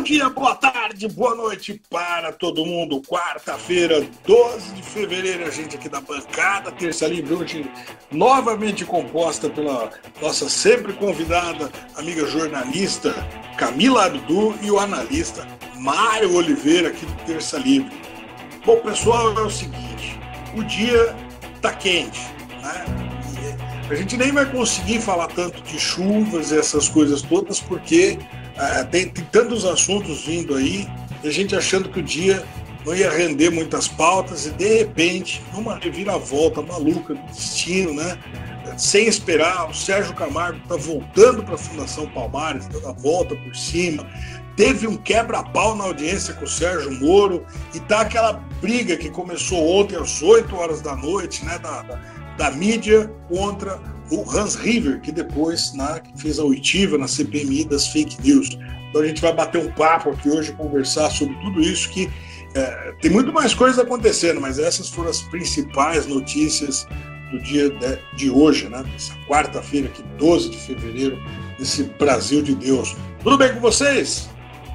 dia, boa tarde, boa noite para todo mundo. Quarta-feira, 12 de fevereiro, a gente aqui da bancada Terça Livre, hoje novamente composta pela nossa sempre convidada, amiga jornalista Camila Abdu e o analista Mário Oliveira aqui do Terça Livre. Bom, pessoal, é o seguinte, o dia tá quente, né? A gente nem vai conseguir falar tanto de chuvas e essas coisas todas, porque tem tantos assuntos vindo aí, e a gente achando que o dia não ia render muitas pautas, e de repente, numa reviravolta maluca do destino, né? Sem esperar, o Sérgio Camargo está voltando para a Fundação Palmares, dando a volta por cima. Teve um quebra-pau na audiência com o Sérgio Moro, e tá aquela briga que começou ontem às 8 horas da noite, né? Da mídia contra o Hans River, que depois que fez a oitiva na CPMI das fake news. Então a gente vai bater um papo aqui hoje, conversar sobre tudo isso, que tem muito mais coisas acontecendo, mas essas foram as principais notícias do dia de hoje, né? Essa quarta-feira, aqui, 12 de fevereiro, desse Brasil de Deus. Tudo bem com vocês?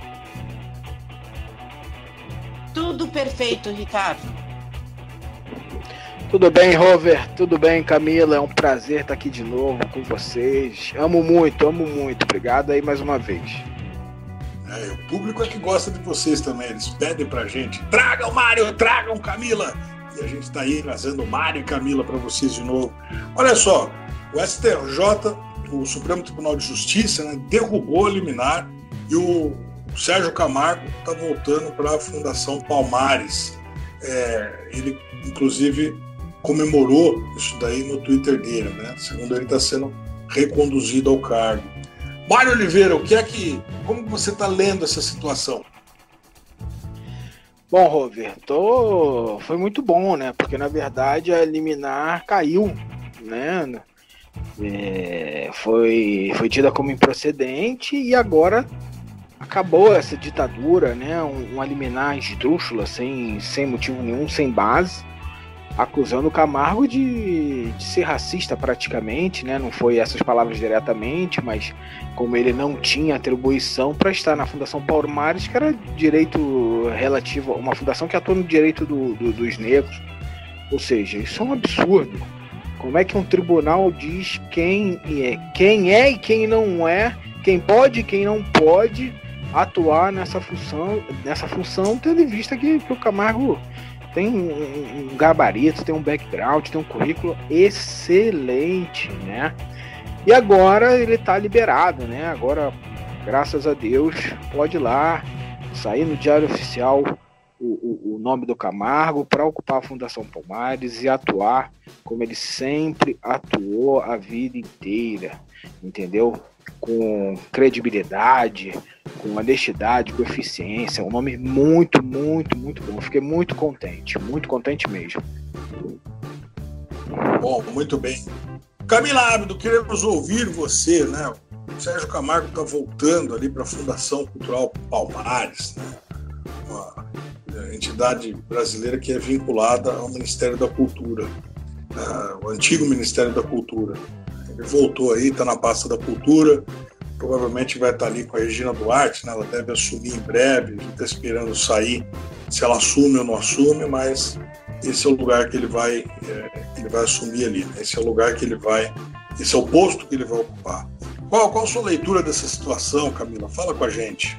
Tudo perfeito, Ricardo. Tudo bem, Rover? Tudo bem, Camila? É um prazer estar aqui de novo com vocês. Amo muito. Obrigado aí mais uma vez. O público é que gosta de vocês também. Eles pedem pra gente, tragam Mário, tragam Camila. E a gente está aí trazendo Mário e Camila para vocês de novo. Olha só, o STJ, o Supremo Tribunal de Justiça, né, derrubou a liminar, e o Sérgio Camargo está voltando para a Fundação Palmares. Ele, inclusive, comemorou isso daí no Twitter dele, né? Segundo ele, está sendo reconduzido ao cargo. Mário Oliveira, como você está lendo essa situação? Bom, Rover, foi muito bom, né? Porque na verdade a liminar caiu, né? Foi tida como improcedente e agora acabou essa ditadura, né? Uma liminar esdrúxula, sem motivo nenhum, sem base, acusando o Camargo de ser racista praticamente, né? Não foi essas palavras diretamente, mas como ele não tinha atribuição para estar na Fundação Palmares, que era direito relativo, uma fundação que atua no direito dos negros. Ou seja, isso é um absurdo. Como é que um tribunal diz quem é e quem não é, quem pode e quem não pode atuar nessa função, tendo em vista que o Camargo tem um gabarito, tem um background, tem um currículo excelente, né? E agora ele está liberado, né? Agora, graças a Deus, pode ir lá, sair no Diário Oficial o nome do Camargo para ocupar a Fundação Palmares e atuar como ele sempre atuou a vida inteira, entendeu? Com credibilidade, com honestidade, com eficiência. Um nome muito bom. Fiquei muito contente mesmo. Bom, muito bem. Camila Abdo, queremos ouvir você, né? O Sérgio Camargo está voltando ali para a Fundação Cultural Palmares, né? Uma entidade brasileira que é vinculada ao Ministério da Cultura, o antigo Ministério da Cultura. Ele voltou aí, está na pasta da Cultura, provavelmente vai estar ali com a Regina Duarte, né? Ela deve assumir em breve, a gente está esperando sair se ela assume ou não assume, mas esse é o lugar que ele vai assumir ali, né? Esse é o posto que ele vai ocupar. Qual a sua leitura dessa situação, Camila? Fala com a gente.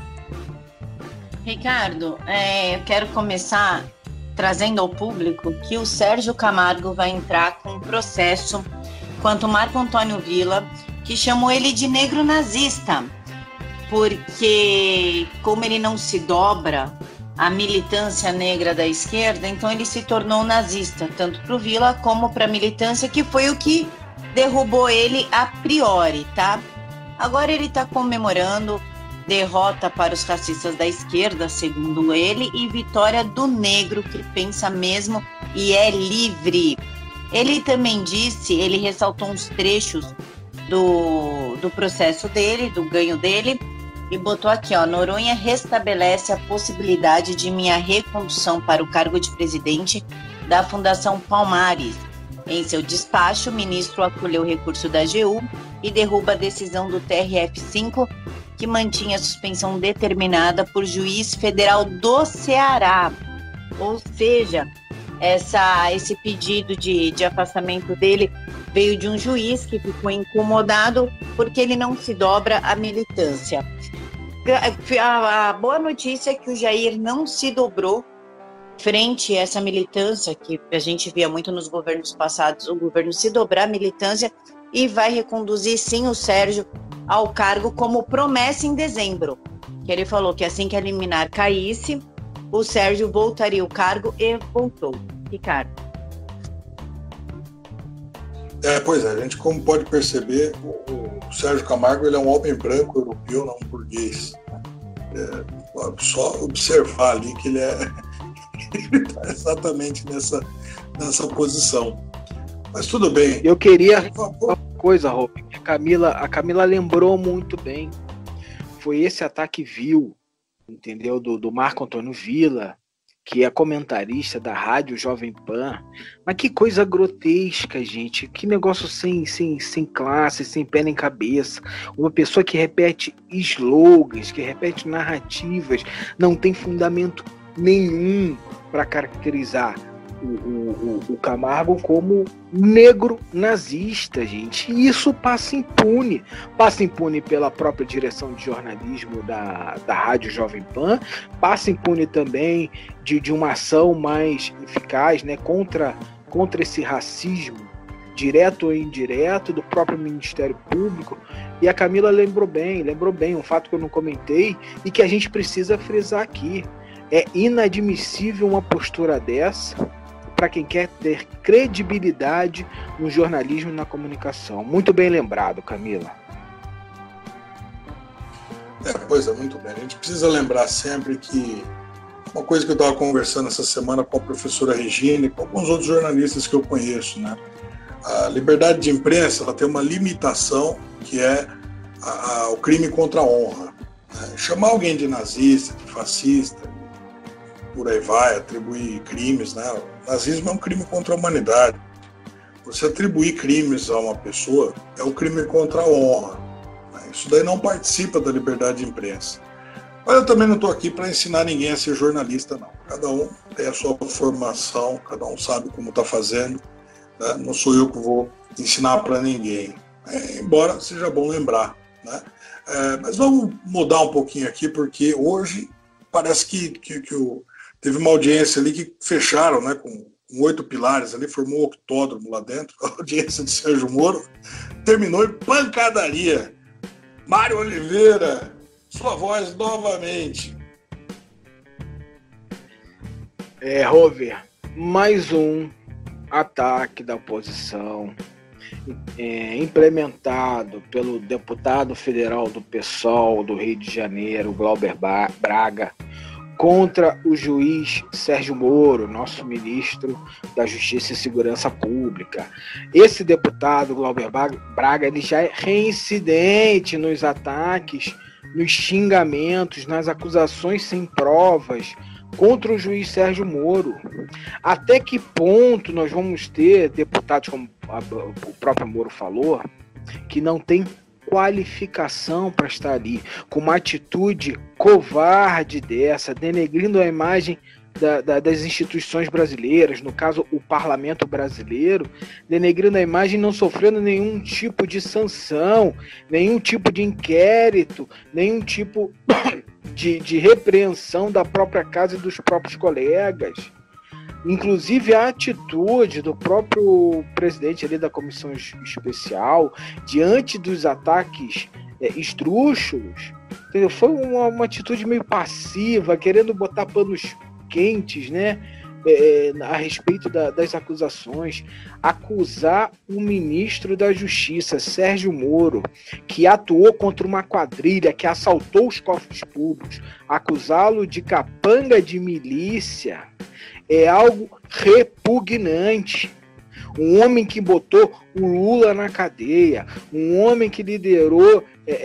Ricardo, eu quero começar trazendo ao público que o Sérgio Camargo vai entrar com um processo quanto Marco Antônio Villa, que chamou ele de negro nazista, porque como ele não se dobra à militância negra da esquerda, então ele se tornou nazista, tanto para o Villa como para a militância, que foi o que derrubou ele a priori, tá? Agora ele está comemorando derrota para os racistas da esquerda, segundo ele, e vitória do negro que pensa mesmo e é livre. Ele também ele ressaltou uns trechos do processo dele, do ganho dele, e botou aqui, Noronha restabelece a possibilidade de minha recondução para o cargo de presidente da Fundação Palmares. Em seu despacho, o ministro acolheu o recurso da AGU e derruba a decisão do TRF5 que mantinha a suspensão determinada por juiz federal do Ceará. Ou seja, esse pedido de afastamento dele veio de um juiz que ficou incomodado porque ele não se dobra à militância. A boa notícia é que o Jair não se dobrou frente a essa militância, que a gente via muito nos governos passados, o governo se dobrar à militância e vai reconduzir sim o Sérgio ao cargo como promessa em dezembro, que ele falou que assim que a liminar caísse, o Sérgio voltaria ao cargo e voltou. Ricardo. Pois é, a gente, como pode perceber, o Sérgio Camargo ele é um homem branco europeu, não burguês. Só observar ali que ele está exatamente nessa posição. Mas tudo bem. Eu queria uma coisa, Robin, que a Camila lembrou muito bem. Foi esse ataque vil, entendeu? Do Marco Antônio Villa, que é comentarista da Rádio Jovem Pan. Mas que coisa grotesca, gente. Que negócio sem classe, sem pé nem cabeça. Uma pessoa que repete slogans, que repete narrativas, não tem fundamento nenhum para caracterizar o Camargo como negro nazista, gente. E isso passa impune. Passa impune pela própria direção de jornalismo da Rádio Jovem Pan, passa impune também de uma ação mais eficaz, né, contra esse racismo, direto ou indireto, do próprio Ministério Público. E a Camila lembrou bem um fato que eu não comentei e que a gente precisa frisar aqui. É inadmissível uma postura dessa para quem quer ter credibilidade no jornalismo e na comunicação. Muito bem lembrado, Camila. Pois é, muito bem. A gente precisa lembrar sempre que uma coisa que eu estava conversando essa semana com a professora Regina e com alguns outros jornalistas que eu conheço, né? A liberdade de imprensa ela tem uma limitação que é o crime contra a honra. Né? Chamar alguém de nazista, de fascista, por aí vai, atribuir crimes, né? O nazismo é um crime contra a humanidade. Você atribuir crimes a uma pessoa é um crime contra a honra. Né? Isso daí não participa da liberdade de imprensa. Mas eu também não estou aqui para ensinar ninguém a ser jornalista, não. Cada um tem a sua formação, cada um sabe como está fazendo. Né? Não sou eu que vou ensinar para ninguém. Embora seja bom lembrar. Né? Mas vamos mudar um pouquinho aqui, porque hoje parece que teve uma audiência ali que fecharam, né, com 8 pilares ali, formou um octódromo lá dentro, a audiência de Sérgio Moro, terminou em pancadaria. Mário Oliveira, sua voz novamente. Rover, mais um ataque da oposição implementado pelo deputado federal do PSOL do Rio de Janeiro, Glauber Braga, contra o juiz Sérgio Moro, nosso ministro da Justiça e Segurança Pública. Esse deputado, Glauber Braga, ele já é reincidente nos ataques, nos xingamentos, nas acusações sem provas contra o juiz Sérgio Moro. Até que ponto nós vamos ter deputados, como o próprio Moro falou, que não tem qualificação para estar ali, com uma atitude covarde dessa, denegrindo a imagem das instituições brasileiras, no caso o parlamento brasileiro, denegrindo a imagem, não sofrendo nenhum tipo de sanção, nenhum tipo de inquérito, nenhum tipo de repreensão da própria casa e dos próprios colegas. Inclusive a atitude do próprio presidente ali da comissão especial diante dos ataques esdrúxulos, entendeu? Foi uma atitude meio passiva, querendo botar panos quentes, né, a respeito das acusações. Acusar o ministro da Justiça, Sérgio Moro, que atuou contra uma quadrilha, que assaltou os cofres públicos, acusá-lo de capanga de milícia, é algo repugnante. Um homem que botou o Lula na cadeia, um homem que liderou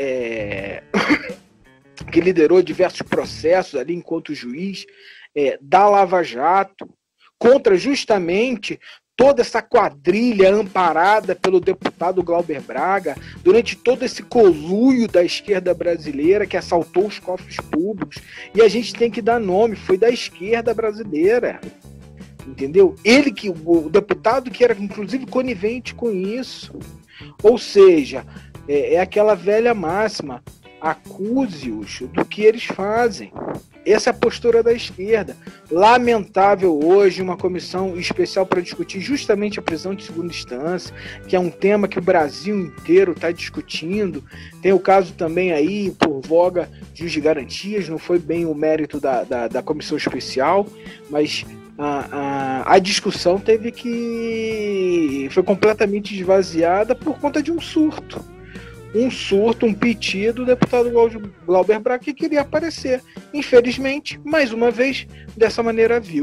diversos processos ali enquanto juiz da Lava Jato, contra justamente toda essa quadrilha amparada pelo deputado Glauber Braga, durante todo esse conluio da esquerda brasileira que assaltou os cofres públicos, e a gente tem que dar nome, foi da esquerda brasileira, entendeu? Ele, que o deputado que era inclusive conivente com isso. Ou seja, é aquela velha máxima, acuse-os do que eles fazem. Essa é a postura da esquerda. Lamentável hoje uma comissão especial para discutir justamente a prisão de segunda instância, que é um tema que o Brasil inteiro está discutindo. Tem o caso também aí, por voga de juiz de garantias, não foi bem o mérito da comissão especial, mas a discussão foi completamente esvaziada por conta de um surto, um pedido do deputado Glauber Braga, que queria aparecer. Infelizmente, mais uma vez, dessa maneira vil.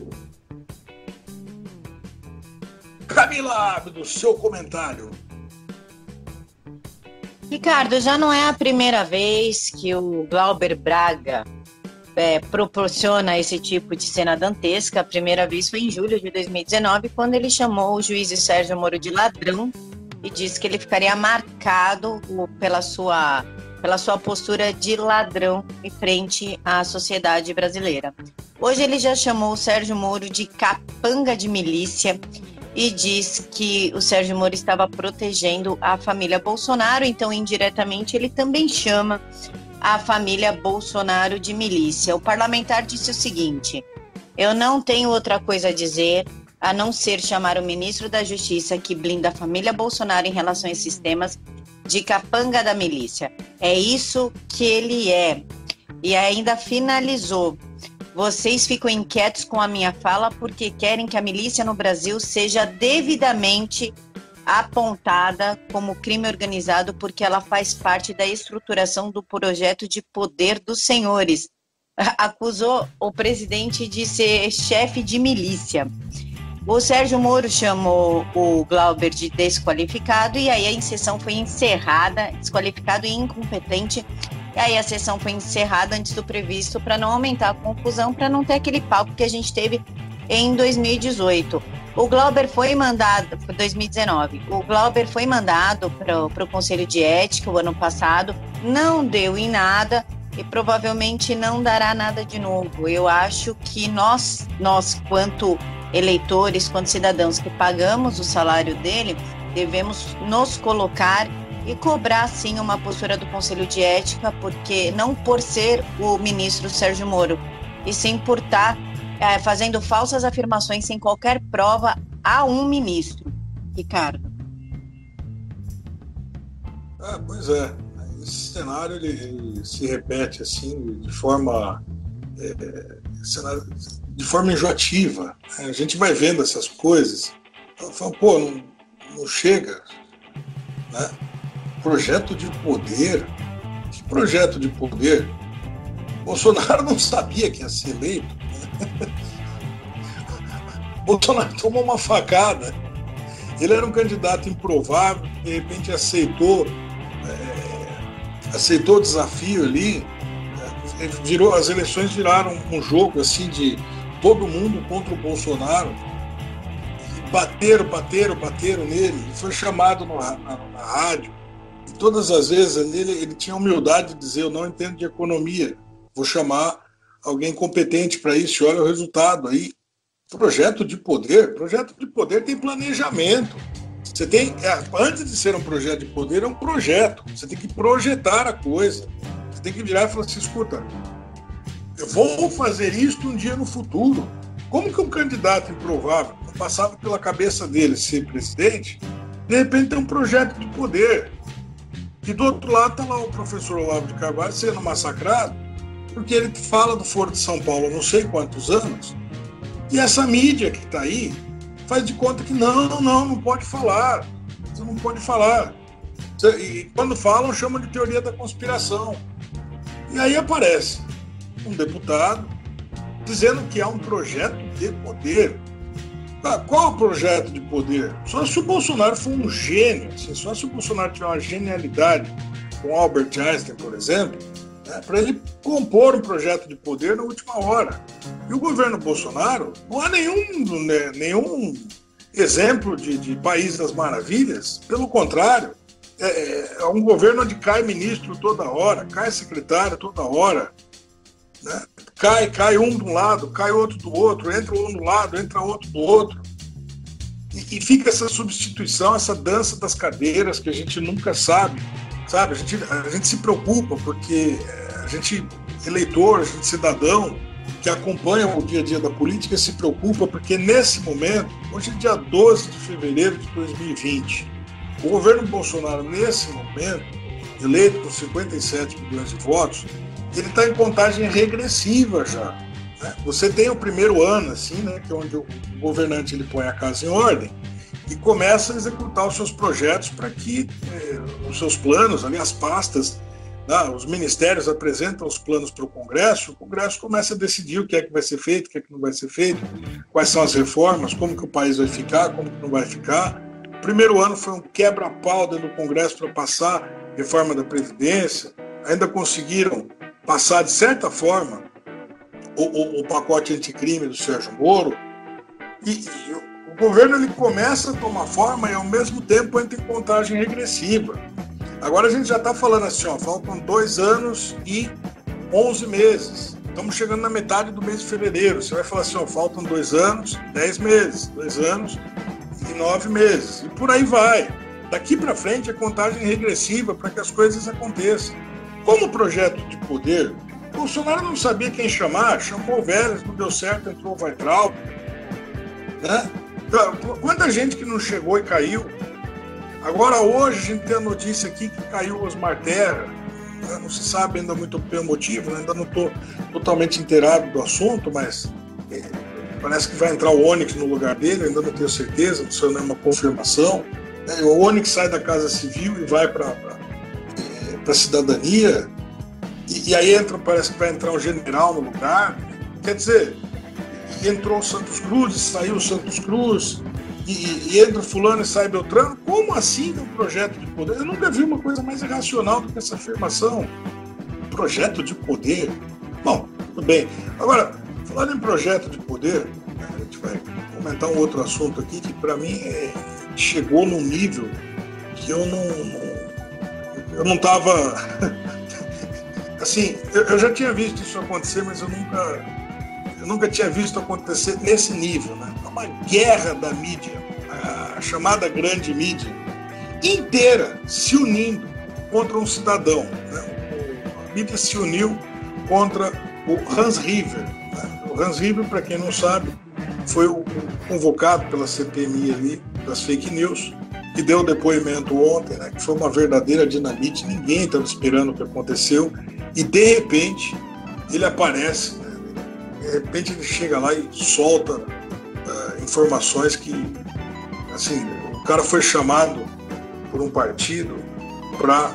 Camila Abdo, seu comentário. Ricardo, já não é a primeira vez que o Glauber Braga proporciona esse tipo de cena dantesca. A primeira vez foi em julho de 2019, quando ele chamou o juiz Sérgio Moro de ladrão e disse que ele ficaria marcado pela sua postura de ladrão em frente à sociedade brasileira. Hoje ele já chamou o Sérgio Moro de capanga de milícia e diz que o Sérgio Moro estava protegendo a família Bolsonaro, então indiretamente ele também chama a família Bolsonaro de milícia. O parlamentar disse o seguinte: eu não tenho outra coisa a dizer a não ser chamar o ministro da Justiça, que blinda a família Bolsonaro em relação a esses temas, de capanga da milícia. É isso que ele é. E ainda finalizou: vocês ficam inquietos com a minha fala porque querem que a milícia no Brasil seja devidamente apontada como crime organizado, porque ela faz parte da estruturação do projeto de poder dos senhores. Acusou o presidente de ser chefe de milícia. O Sérgio Moro chamou o Glauber de desqualificado e aí a sessão foi encerrada, desqualificado e incompetente. E aí a sessão foi encerrada antes do previsto para não aumentar a confusão, para não ter aquele papo que a gente teve em 2018. O Glauber foi mandado, 2019, o Glauber foi mandado para o Conselho de Ética o ano passado, não deu em nada e provavelmente não dará nada de novo. Eu acho que nós quanto eleitores, quanto cidadãos que pagamos o salário dele, devemos nos colocar e cobrar sim uma postura do Conselho de Ética, porque não por ser o ministro Sérgio Moro, e sim por estar fazendo falsas afirmações sem qualquer prova a um ministro. Ricardo. Pois é. Esse cenário ele se repete assim de forma enjoativa. A gente vai vendo essas coisas, fala, pô, não chega, né? Projeto de poder. Que projeto de poder? Bolsonaro não sabia que ia ser eleito. Bolsonaro tomou uma facada. Ele era um candidato improvável, de repente aceitou o desafio ali. As eleições viraram um jogo assim de todo mundo contra o Bolsonaro. Bateram nele. Ele foi chamado na rádio. E todas as vezes ele tinha a humildade de dizer: eu não entendo de economia, vou chamar alguém competente para isso, e olha o resultado aí. Projeto de poder tem planejamento. Você tem, antes de ser um projeto de poder, é um projeto. Você tem que projetar a coisa. Você tem que virar e falar assim: escuta, eu vou fazer isso um dia no futuro. Como que um candidato improvável, não passava pela cabeça dele ser presidente, de repente tem um projeto de poder? E do outro lado está lá o professor Olavo de Carvalho sendo massacrado, porque ele fala do Foro de São Paulo há não sei quantos anos, e essa mídia que está aí faz de conta que não pode falar. Você não pode falar. E quando falam, chamam de teoria da conspiração. E aí aparece um deputado dizendo que há um projeto de poder. Qual o projeto de poder? Só se o Bolsonaro for um gênio, assim, só se o Bolsonaro tiver uma genialidade, com Albert Einstein, por exemplo, para ele compor um projeto de poder na última hora. E o governo Bolsonaro, não há nenhum exemplo de país das maravilhas. Pelo contrário, é um governo onde cai ministro toda hora, cai secretário toda hora, né? Cai um de um lado, cai outro do outro, entra um do lado, entra outro do outro. E fica essa substituição, essa dança das cadeiras que a gente nunca sabe. A gente se preocupa porque a gente, eleitor, a gente cidadão que acompanha o dia a dia da política, se preocupa porque nesse momento, hoje é dia 12 de fevereiro de 2020, o governo Bolsonaro, nesse momento, eleito com 57 milhões de votos, ele está em contagem regressiva já. Né? Você tem o primeiro ano, assim, né, que é onde o governante ele põe a casa em ordem e começa a executar os seus projetos para que os seus planos, ali, as pastas, os ministérios apresentam os planos para o Congresso começa a decidir o que é que vai ser feito, o que é que não vai ser feito, quais são as reformas, como que o país vai ficar, como que não vai ficar. O primeiro ano foi um quebra-pau dentro do Congresso para passar a reforma da Previdência, ainda conseguiram passar, de certa forma, o pacote anticrime do Sérgio Moro, e o governo ele começa a tomar forma e, ao mesmo tempo, entra em contagem regressiva. Agora a gente já está falando assim, faltam 2 anos e 11 meses. Estamos chegando na metade do mês de fevereiro. Você vai falar assim, faltam 2 anos, 10 meses, 2 anos e 9 meses. E por aí vai. Daqui para frente é contagem regressiva para que as coisas aconteçam. Como projeto de poder, Bolsonaro não sabia quem chamar, chamou o Vélez, não deu certo, entrou o Weintraub. Né? Quanta gente que não chegou e caiu. Agora, hoje, a gente tem a notícia aqui que caiu o Osmar Terra, né? Não se sabe ainda muito bem o motivo, né? Ainda não estou totalmente inteirado do assunto, mas parece que vai entrar o Onyx no lugar dele, ainda não tenho certeza, não sei, não é uma confirmação. Né? O Onyx sai da Casa Civil e vai para a cidadania, e aí parece que vai entrar um general no lugar. Quer dizer, entrou o Santos Cruz, saiu o Santos Cruz, e entra fulano e sai Beltrano. Como assim um projeto de poder? Eu nunca vi uma coisa mais irracional do que essa afirmação. Projeto de poder? Bom, tudo bem. Agora, falando em projeto de poder, a gente vai comentar um outro assunto aqui que para mim chegou num nível que eu não estava... assim, eu já tinha visto isso acontecer, mas eu nunca tinha visto acontecer nesse nível, né? Uma guerra da mídia, a chamada grande mídia, inteira se unindo contra um cidadão. Né? A mídia se uniu contra o Hans River. Né? O Hans River, para quem não sabe, foi o convocado pela CPMI ali, das fake news, que deu depoimento ontem, né? Que foi uma verdadeira dinamite, ninguém estava esperando o que aconteceu, e de repente ele aparece, né? De repente ele chega lá e solta informações que, assim, o cara foi chamado por um partido para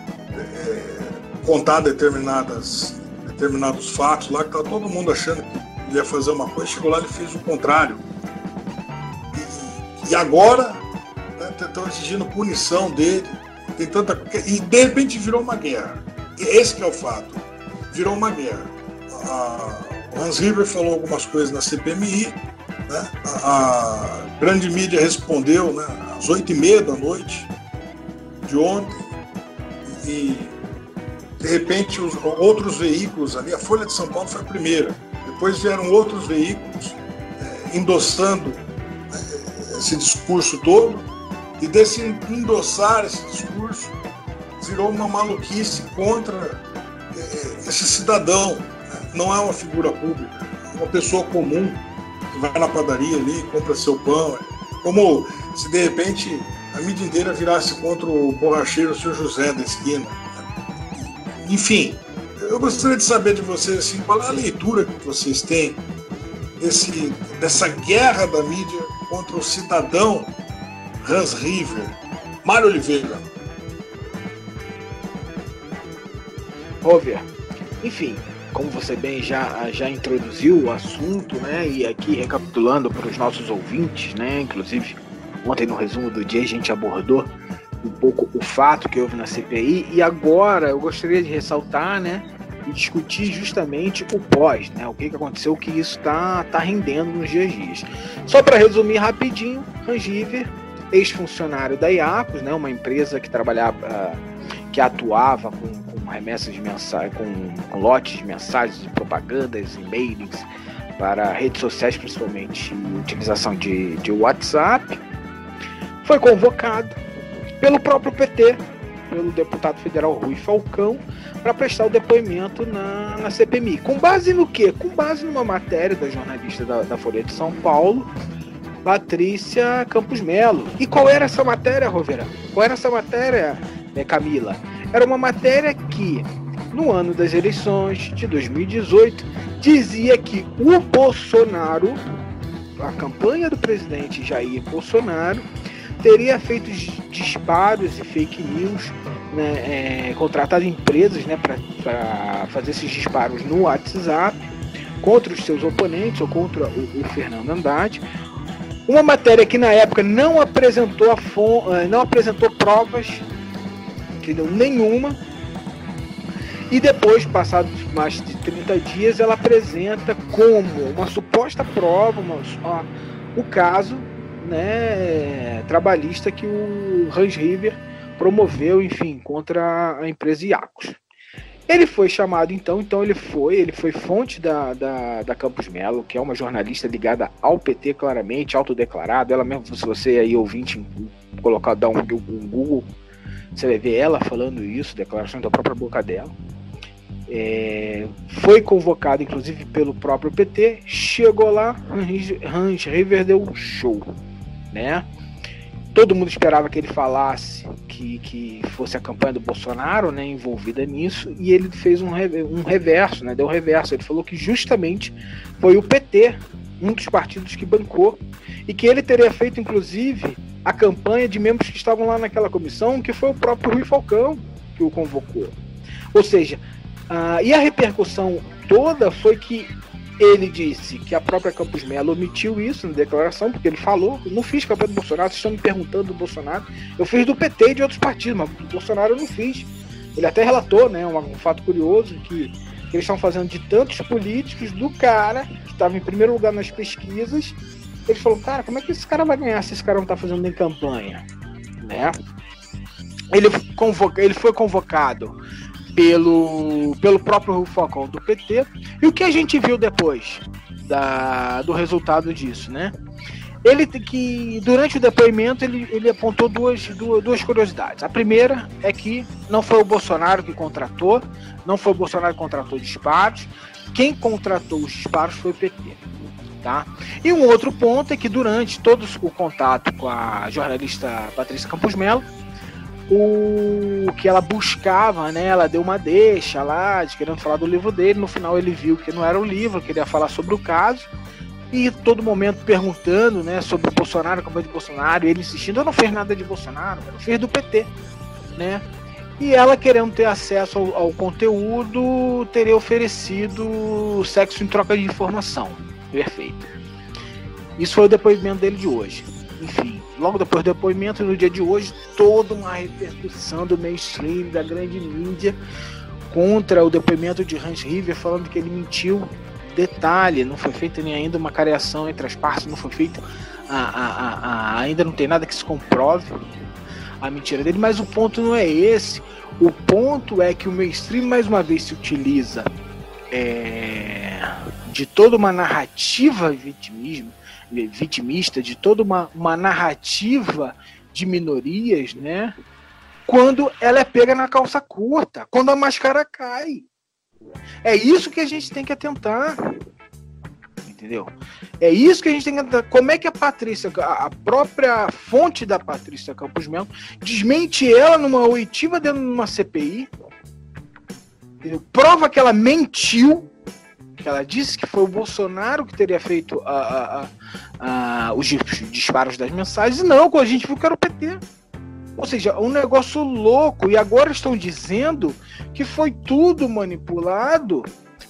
contar determinados fatos lá, que estava todo mundo achando que ele ia fazer uma coisa, chegou lá e fez o contrário. E agora, né, estão exigindo punição dele, tem tanta, e de repente virou uma guerra. Esse que é o fato, virou uma guerra. O Hans River falou algumas coisas na CPMI, né? A grande mídia respondeu, né, às 8h30 da noite de ontem, e de repente os outros veículos ali, a Folha de São Paulo foi a primeira, depois vieram outros veículos endossando esse discurso todo, e desse endossar esse discurso virou uma maluquice contra esse cidadão. Não é uma figura pública, é uma pessoa comum que vai na padaria ali, compra seu pão. Como se de repente a mídia inteira virasse contra o borracheiro Seu José da esquina. Enfim, eu gostaria de saber de vocês assim, qual é a leitura que vocês têm dessa guerra da mídia contra o cidadão Hans River. Mário Oliveira. Óbvio. Enfim, como você bem já introduziu o assunto, né? E aqui recapitulando para os nossos ouvintes, né? Inclusive, ontem no resumo do dia a gente abordou um pouco o fato que houve na CPI, e agora eu gostaria de ressaltar, né? e discutir justamente o pós, né? O que aconteceu, o que isso tá rendendo nos dias. Só para resumir rapidinho, Hans River, ex-funcionário da Iacos, né? Uma empresa que trabalhava, que atuava com remessas mensais, com lotes mensais de propagandas e mailings para redes sociais, principalmente utilização de WhatsApp, foi convocado pelo próprio PT, pelo deputado federal Rui Falcão, para prestar o depoimento na CPMI. Com base no quê? Com base numa matéria da jornalista da Folha de São Paulo, Patrícia Campos Melo. E qual era essa matéria, Rovera? Qual era essa matéria, Camila? Era uma matéria que, no ano das eleições de 2018, dizia que o Bolsonaro, a campanha do presidente Jair Bolsonaro, teria feito disparos e fake news, né, contratado empresas, né, para fazer esses disparos no WhatsApp contra os seus oponentes ou contra o Fernando Haddad. Uma matéria que na época não apresentou provas, entendeu? Nenhuma. E depois, passados mais de 30 dias, ela apresenta como uma suposta prova o caso, né, trabalhista que o Hans River promoveu, enfim, contra a empresa Iacos. Ele foi chamado, então ele foi fonte da Campos Melo, que é uma jornalista ligada ao PT, claramente, autodeclarado. Ela mesmo, se você aí ouvinte dar um Google, você vai ver ela falando isso, declaração da própria boca dela. Foi convocado, inclusive, pelo próprio PT. Chegou lá, Hans River deu um show, né? Todo mundo esperava que ele falasse que fosse a campanha do Bolsonaro, né, envolvida nisso, e ele fez um reverso, né, deu um reverso. Ele falou que justamente foi o PT, um dos partidos que bancou, e que ele teria feito, inclusive, a campanha de membros que estavam lá naquela comissão, que foi o próprio Rui Falcão que o convocou. Ou seja, e a repercussão toda foi que ele disse que a própria Campos Melo omitiu isso na declaração, porque ele falou: não fiz campanha do Bolsonaro, vocês estão me perguntando do Bolsonaro, eu fiz do PT e de outros partidos, mas do Bolsonaro eu não fiz. Ele até relatou, né, um fato curioso, que eles estão fazendo de tantos políticos, do cara que estava em primeiro lugar nas pesquisas. Eles falaram: cara, como é que esse cara vai ganhar se esse cara não está fazendo nem campanha, né? Ele foi convocado pelo próprio Rui Falcão do PT. E o que a gente viu depois do resultado disso, né? Que durante o depoimento ele apontou duas curiosidades. A primeira é que não foi o Bolsonaro que contratou, não foi o Bolsonaro que contratou disparos. Quem contratou os disparos foi o PT, tá? E um outro ponto é que durante todo o contato com a jornalista Patrícia Campos Melo, o que ela buscava, né, ela deu uma deixa lá, querendo falar do livro dele. No final ele viu que não era o livro, queria falar sobre o caso, e todo momento perguntando, né, sobre o Bolsonaro, a campanha de Bolsonaro, e ele insistindo: eu não fiz nada de Bolsonaro, eu fiz do PT, né? E ela, querendo ter acesso ao conteúdo, teria oferecido sexo em troca de informação. Perfeito. Isso foi o depoimento dele de hoje. Enfim, logo depois do depoimento, no dia de hoje, toda uma repercussão do mainstream, da grande mídia, contra o depoimento de Hans River, falando que ele mentiu. Detalhe, não foi feita nem ainda uma cariação entre as partes, não foi feita, ainda não tem nada que se comprove a mentira dele, mas o ponto não é esse. O ponto é que o mainstream, mais uma vez, se utiliza de toda uma narrativa vitimista, de toda uma narrativa de minorias, né? Quando ela é pega na calça curta, quando a máscara cai. É isso que a gente tem que atentar, entendeu? É isso que a gente tem que atentar. Como é que a Patrícia, a própria fonte da Patrícia Campos Melo, desmente ela numa oitiva dentro de uma CPI, entendeu? Prova que ela mentiu, que ela disse que foi o Bolsonaro que teria feito os disparos das mensagens, e não, quando a gente viu que era o PT. Ou seja, um negócio louco. E agora estão dizendo que foi tudo manipulado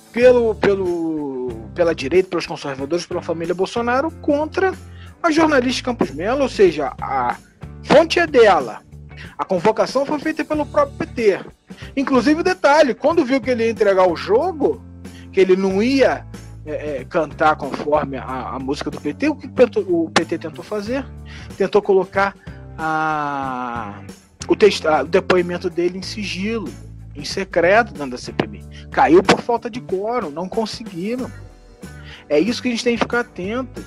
pela direita, pelos conservadores, pela família Bolsonaro, contra a jornalista Campos Melo. Ou seja, a fonte é dela. A convocação foi feita pelo próprio PT. Inclusive, detalhe, quando viu que ele ia entregar o jogo, que ele não ia cantar conforme a música do PT, o que o PT tentou fazer? Tentou colocar o depoimento dele em sigilo, em secreto dentro da CPMI. Caiu por falta de quórum, não conseguiram. É isso que a gente tem que ficar atento.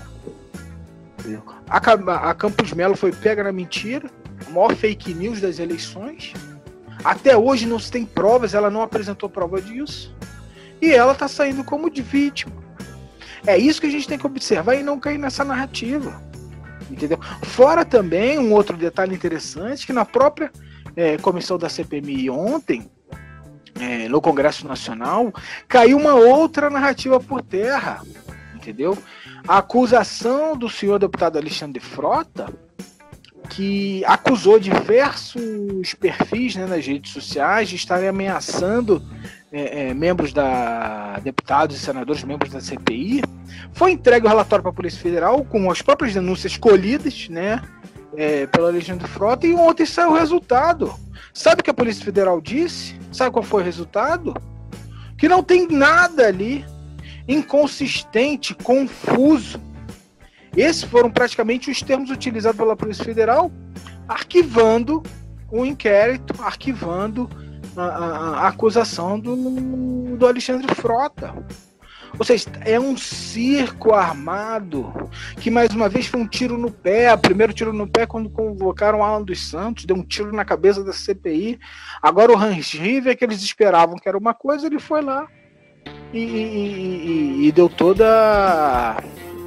A Campos Melo foi pega na mentira, a maior fake news das eleições. Até hoje não se tem provas, ela não apresentou prova disso. E ela está saindo como de vítima. É isso que a gente tem que observar e não cair nessa narrativa. Entendeu? Fora também um outro detalhe interessante, que na própria comissão da CPMI ontem, no Congresso Nacional, caiu uma outra narrativa por terra. Entendeu? A acusação do senhor deputado Alexandre Frota, que acusou diversos perfis, nas redes sociais de estarem ameaçando membros deputados e senadores, membros da CPI. Foi entregue o relatório para a Polícia Federal com as próprias denúncias colhidas, pelo Alexandre Frota, e ontem saiu o resultado. Sabe o que a Polícia Federal disse? Sabe qual foi o resultado? Que não tem nada ali inconsistente, confuso. Esses foram praticamente os termos utilizados pela Polícia Federal, arquivando o inquérito, arquivando a acusação do Alexandre Frota. Ou seja, é um circo armado que, mais uma vez, foi um tiro no pé. O primeiro tiro no pé quando convocaram o Alan dos Santos, deu um tiro na cabeça da CPI. Agora o Hans River, que eles esperavam que era uma coisa, ele foi lá e deu toda...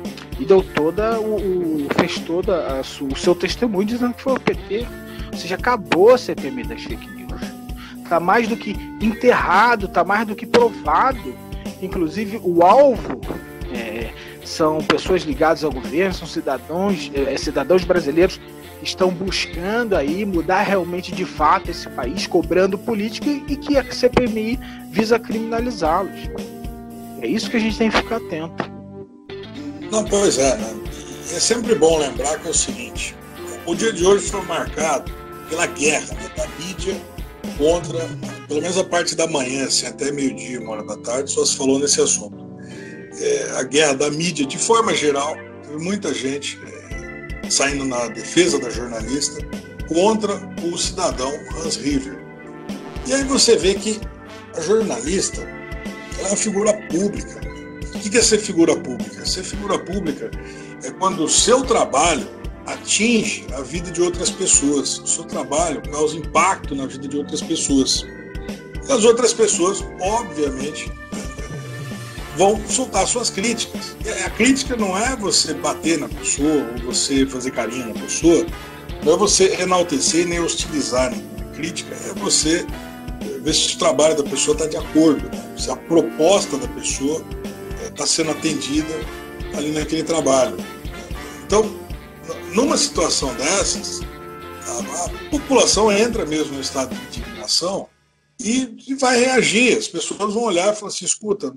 fez toda o seu testemunho dizendo que foi o PT. Ou seja, acabou a CPMI das fake news. Está mais do que enterrado, está mais do que provado. Inclusive, o alvo são pessoas ligadas ao governo, são cidadãos brasileiros que estão buscando aí mudar realmente de fato esse país, cobrando política, e que a CPMI visa criminalizá-los. É isso que a gente tem que ficar atento. Não, pois é, né? É sempre bom lembrar que é o seguinte: o dia de hoje foi marcado pela guerra da mídia contra, pelo menos a parte da manhã, assim, até meio-dia, 1h da tarde, só se falou nesse assunto. A guerra da mídia, de forma geral, teve muita gente saindo na defesa da jornalista contra o cidadão Hans River. E aí você vê que a jornalista, ela é uma figura pública. O que é ser figura pública? Ser figura pública é quando o seu trabalho atinge a vida de outras pessoas. O seu trabalho causa impacto na vida de outras pessoas. E as outras pessoas, obviamente, vão soltar suas críticas. E a crítica não é você bater na pessoa ou você fazer carinho na pessoa, não é você enaltecer nem hostilizar. A crítica é você ver se o trabalho da pessoa está de acordo, se a proposta da pessoa está sendo atendida ali naquele trabalho. Então, numa situação dessas, a população entra mesmo no estado de indignação e vai reagir. As pessoas vão olhar e falar assim: escuta,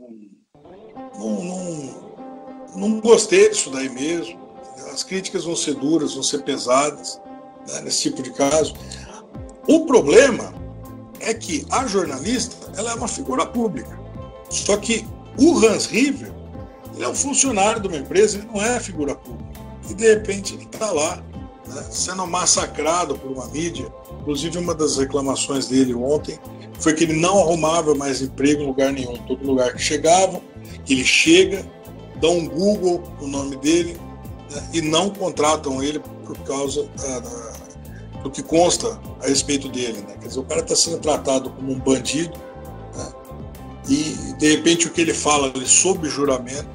não gostei disso daí mesmo. As críticas vão ser duras, vão ser pesadas, nesse tipo de caso. O problema é que a jornalista, ela é uma figura pública. Só que o Hans River, ele é um funcionário de uma empresa, ele não é figura pública. E de repente ele está lá, sendo massacrado por uma mídia. Inclusive, uma das reclamações dele ontem foi que ele não arrumava mais emprego em lugar nenhum. Todo lugar que chegava, ele chega, dá um Google no nome dele, e não contratam ele por causa do que consta a respeito dele. Quer dizer, o cara está sendo tratado como um bandido, e de repente o que ele fala ali sob juramento,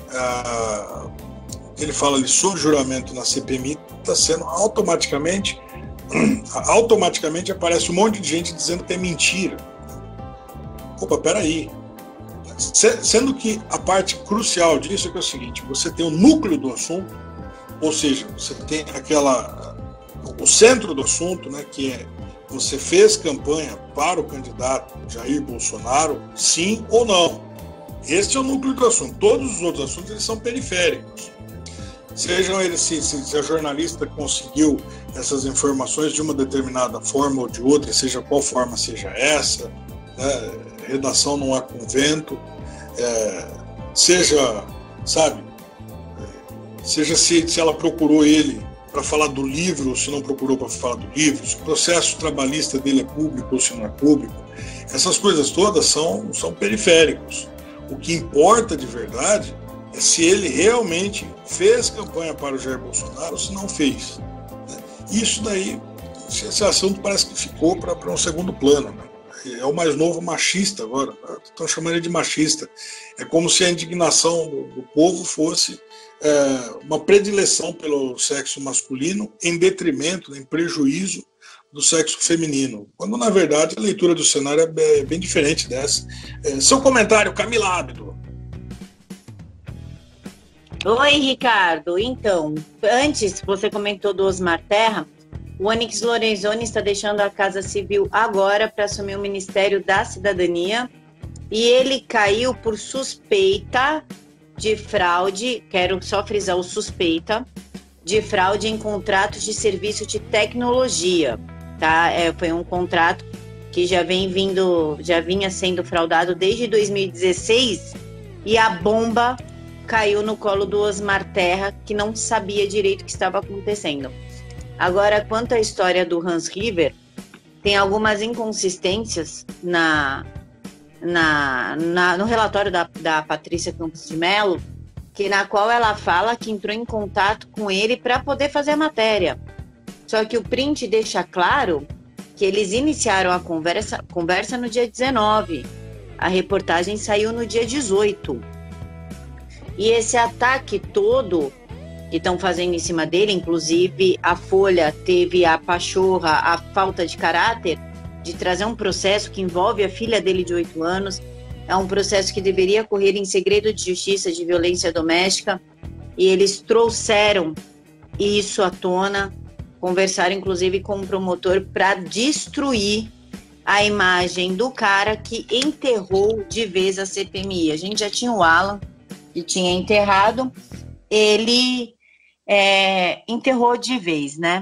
na CPMI está sendo automaticamente aparece um monte de gente dizendo que é mentira. Opa, peraí. Sendo que a parte crucial disso é que é o seguinte: você tem o núcleo do assunto, ou seja, você tem o centro do assunto, que é: você fez campanha para o candidato Jair Bolsonaro, sim ou não? Este é o núcleo do assunto. Todos os outros assuntos, eles são periféricos. Sejam eles se a jornalista conseguiu essas informações de uma determinada forma ou de outra, seja qual forma seja essa, né? Redação não há convento, seja, sabe, seja se ela procurou ele para falar do livro ou se não procurou para falar do livro, se o processo trabalhista dele é público ou se não é público, essas coisas todas são periféricos. O que importa de verdade é se ele realmente fez campanha para o Jair Bolsonaro ou se não fez. Isso daí, esse assunto parece que ficou para um segundo plano, né? É o mais novo machista agora, estão chamando ele de machista. É como se a indignação do povo fosse uma predileção pelo sexo masculino em detrimento, em prejuízo do sexo feminino, quando na verdade a leitura do cenário é bem diferente dessa. Seu comentário, Camila Abdo. Oi, Ricardo. Então, antes você comentou do Osmar Terra. O Onyx Lorenzoni está deixando a Casa Civil agora para assumir o Ministério da Cidadania e ele caiu por suspeita de fraude, quero só frisar o suspeita, de fraude em contratos de serviço de tecnologia, tá? Foi um contrato que já vinha sendo fraudado desde 2016 e a bomba caiu no colo do Osmar Terra, que não sabia direito o que estava acontecendo. Agora, quanto à história do Hans River, tem algumas inconsistências no relatório da Patrícia Campos de Mello, na qual ela fala que entrou em contato com ele para poder fazer a matéria. Só que o print deixa claro que eles iniciaram a conversa no dia 19. A reportagem saiu no dia 18. E esse ataque todo que estão fazendo em cima dele, inclusive a Folha teve a pachorra, a falta de caráter de trazer um processo que envolve a filha dele de 8 anos, é um processo que deveria correr em segredo de justiça de violência doméstica, e eles trouxeram isso à tona, conversaram inclusive com um promotor para destruir a imagem do cara que enterrou de vez a CPMI. A gente já tinha o Alan, que tinha enterrado, ele enterrou de vez, né?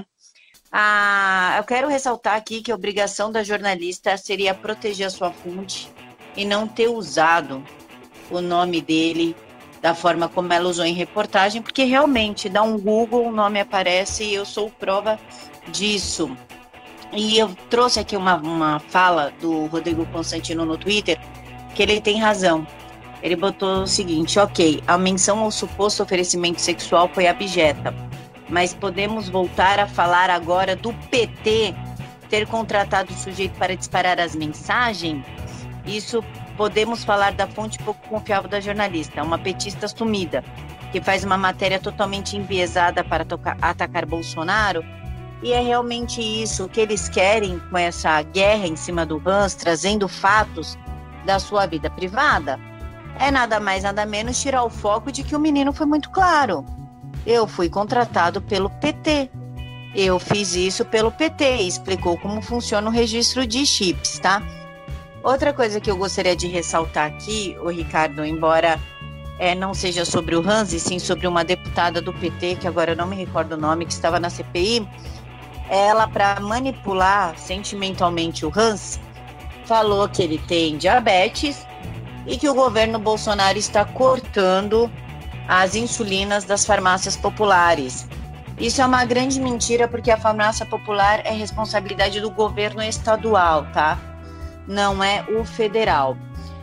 Eu quero ressaltar aqui que a obrigação da jornalista seria proteger a sua fonte e não ter usado o nome dele da forma como ela usou em reportagem, porque realmente dá um Google, o nome aparece e eu sou prova disso. E eu trouxe aqui uma fala do Rodrigo Constantino no Twitter, que ele tem razão. Ele botou o seguinte: ok, a menção ao suposto oferecimento sexual foi abjeta, mas podemos voltar a falar agora do PT ter contratado o sujeito para disparar as mensagens? Isso, podemos falar da fonte pouco confiável da jornalista, uma petista sumida, que faz uma matéria totalmente enviesada para atacar Bolsonaro? E é realmente isso que eles querem com essa guerra em cima do Hans, trazendo fatos da sua vida privada? É nada mais, nada menos tirar o foco de que o menino foi muito claro. Eu fui contratado pelo PT. Eu fiz isso pelo PT. Explicou como funciona o registro de chips, tá? Outra coisa que eu gostaria de ressaltar aqui, o Ricardo, embora não seja sobre o Hans, e sim sobre uma deputada do PT, que agora eu não me recordo o nome, que estava na CPI, ela, para manipular sentimentalmente o Hans, falou que ele tem diabetes e que o governo Bolsonaro está cortando as insulinas das farmácias populares. Isso é uma grande mentira, porque a farmácia popular é responsabilidade do governo estadual, tá? Não é o federal.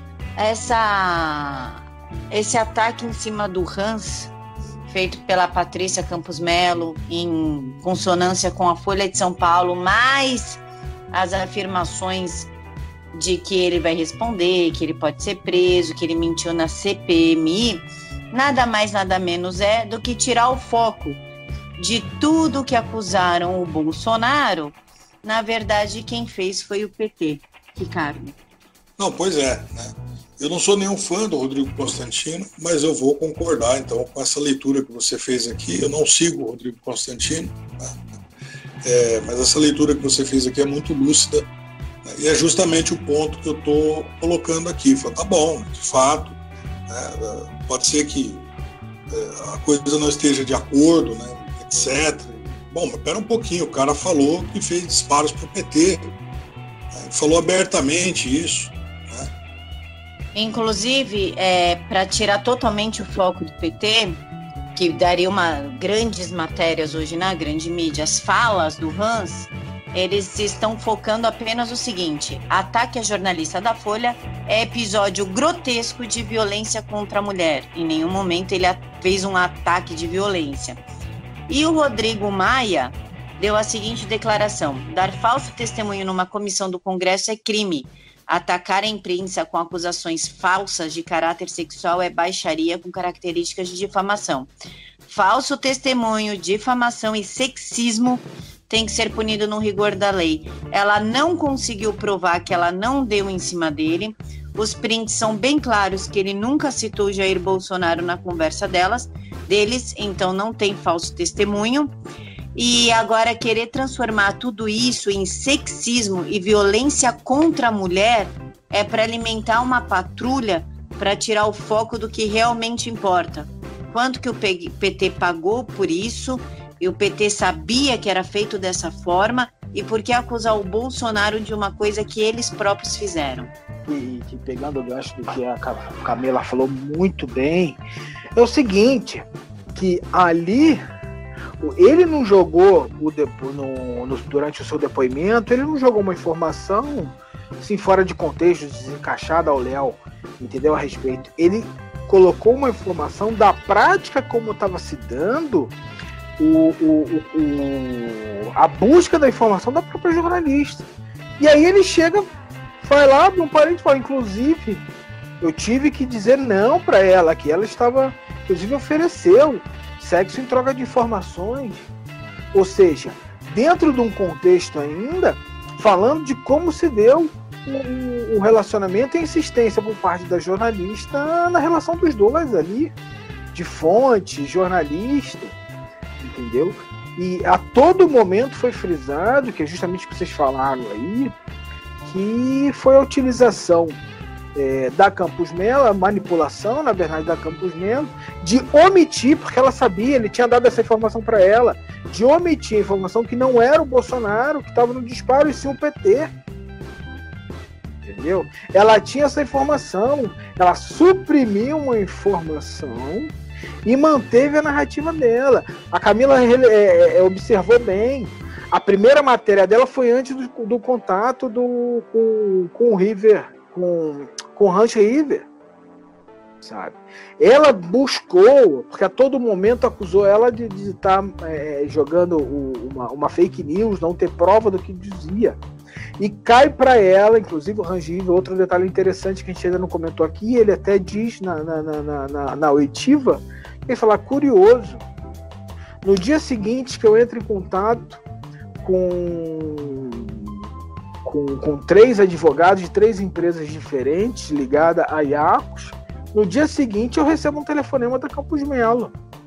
Esse ataque em cima do Hans, feito pela Patrícia Campos Mello, em consonância com a Folha de São Paulo, mais as afirmações de que ele vai responder, que ele pode ser preso, que ele mentiu na CPMI, nada mais, nada menos do que tirar o foco de tudo que acusaram o Bolsonaro. Na verdade, quem fez foi o PT, Ricardo. Não, pois é, né? Eu não sou nenhum fã do Rodrigo Constantino, mas eu vou concordar, então, com essa leitura que você fez aqui. Eu não sigo o Rodrigo Constantino, né? Mas essa leitura que você fez aqui é muito lúcida, né? E é justamente o ponto que eu estou colocando aqui. Tá bom, de fato, né? Pode ser que a coisa não esteja de acordo, né, etc. Bom, mas pera um pouquinho, o cara falou que fez disparos para o PT, né, falou abertamente isso. Né. Inclusive, para tirar totalmente o foco do PT, que daria grandes matérias hoje na grande mídia, as falas do Hans, eles estão focando apenas o seguinte: ataque à jornalista da Folha é episódio grotesco de violência contra a mulher. Em nenhum momento ele fez um ataque de violência. E o Rodrigo Maia deu a seguinte declaração: dar falso testemunho numa comissão do Congresso é crime. Atacar a imprensa com acusações falsas de caráter sexual é baixaria com características de difamação. Falso testemunho, difamação e sexismo tem que ser punido no rigor da lei. Ela não conseguiu provar que ela não deu em cima dele. Os prints são bem claros que ele nunca citou Jair Bolsonaro na conversa deles, então não tem falso testemunho. E agora querer transformar tudo isso em sexismo e violência contra a mulher é para alimentar uma patrulha para tirar o foco do que realmente importa. Quanto que o PT pagou por isso? E o PT sabia que era feito dessa forma, e por que acusar o Bolsonaro de uma coisa que eles próprios fizeram? E pegando o gancho do que a Camila falou muito bem, é o seguinte, que ali ele não jogou durante o seu depoimento, ele não jogou uma informação assim, fora de contexto, desencaixada ao Léo, entendeu, a respeito. Ele colocou uma informação da prática como estava se dando a busca da informação da própria jornalista. E aí ele chega, vai lá, um parente fala, inclusive, eu tive que dizer não para ela, que ela estava, inclusive ofereceu sexo em troca de informações. Ou seja, dentro de um contexto ainda, falando de como se deu o relacionamento e a insistência por parte da jornalista na relação dos dois ali, de fonte, jornalista, entendeu? E a todo momento foi frisado, que é justamente o que vocês falaram aí, que foi a utilização da Campos Melo, a manipulação, na verdade, da Campos Melo, de omitir, porque ela sabia, ele tinha dado essa informação para ela, de omitir a informação que não era o Bolsonaro que estava no disparo, e sim o PT. Entendeu? Ela tinha essa informação, ela suprimiu uma informação e manteve a narrativa dela. A Camila observou bem. A primeira matéria dela foi antes do contato com o River, com o Hans River, sabe? Ela buscou, porque a todo momento acusou ela de estar jogando uma fake news, não ter prova do que dizia. E cai para ela, inclusive o Hans River, outro detalhe interessante que a gente ainda não comentou aqui, ele até diz na oitiva, ele fala, curioso, no dia seguinte que eu entro em contato com 3 advogados de 3 empresas diferentes ligadas a Iacos, no dia seguinte eu recebo um telefonema da Campos Melo.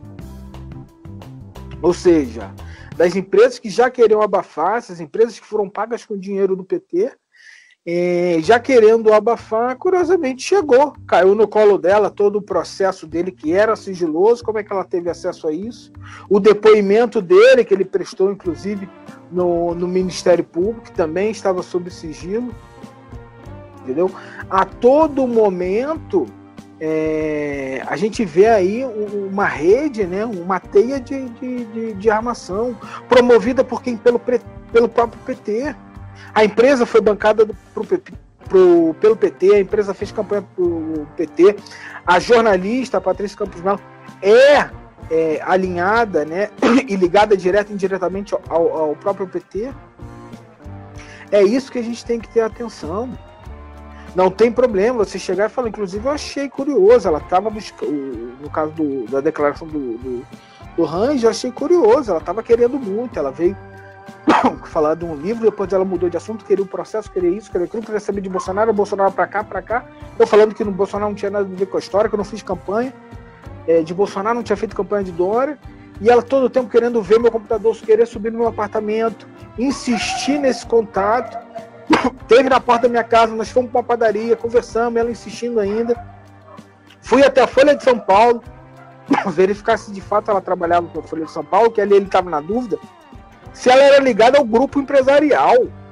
Ou seja, das empresas que já queriam abafar, essas empresas que foram pagas com dinheiro do PT, já querendo abafar, curiosamente chegou, caiu no colo dela todo o processo dele que era sigiloso, como é que ela teve acesso a isso, o depoimento dele que ele prestou inclusive no Ministério Público, que também estava sob sigilo, entendeu? A todo momento a gente vê aí uma rede, né, uma teia de armação promovida por quem? Pelo próprio PT. A empresa foi bancada pelo PT, a empresa fez campanha pro PT, a jornalista, a Patrícia Campos Melo, é alinhada, né, e ligada direta e indiretamente ao próprio PT. É isso que a gente tem que ter atenção. Não tem problema você chegar e falar, inclusive eu achei curioso, ela estava no caso da declaração do Hans, eu achei curioso, ela estava querendo muito, ela veio falar de um livro, depois ela mudou de assunto, queria o processo, queria isso, queria aquilo, queria saber de Bolsonaro pra cá, eu falando que no Bolsonaro não tinha nada a ver com a história, que eu não fiz campanha de Bolsonaro, não tinha feito campanha de Dória, e ela todo o tempo querendo ver meu computador, querer subir no meu apartamento, insistir nesse contato. Teve na porta da minha casa, nós fomos para uma padaria, conversamos, ela insistindo ainda. Fui até a Folha de São Paulo, verificar se de fato ela trabalhava com a Folha de São Paulo, que ali ele estava na dúvida, se ela era ligada ao grupo empresarial.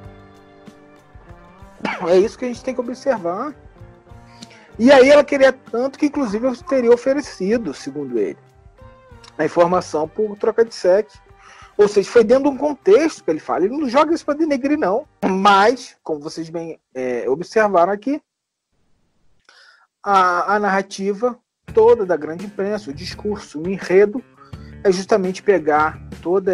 É isso que a gente tem que observar. E aí ela queria tanto que, inclusive, eu teria oferecido, segundo ele, a informação por troca de sexo. Ou seja, foi dentro de um contexto que ele fala. Ele não joga isso para denegrir, não. Mas, como vocês bem observaram aqui, a narrativa toda da grande imprensa, o discurso, o enredo, é justamente pegar toda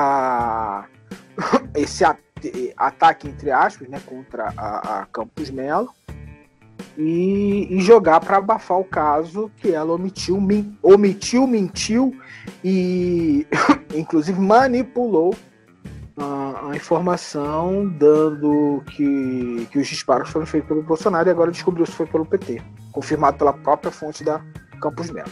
esse ataque, entre aspas, né, contra a Campos Melo e jogar para abafar o caso que ela omitiu, mentiu e inclusive manipulou a informação, dando que os disparos foram feitos pelo Bolsonaro e agora descobriu se foi pelo PT, confirmado pela própria fonte da Campos Melo.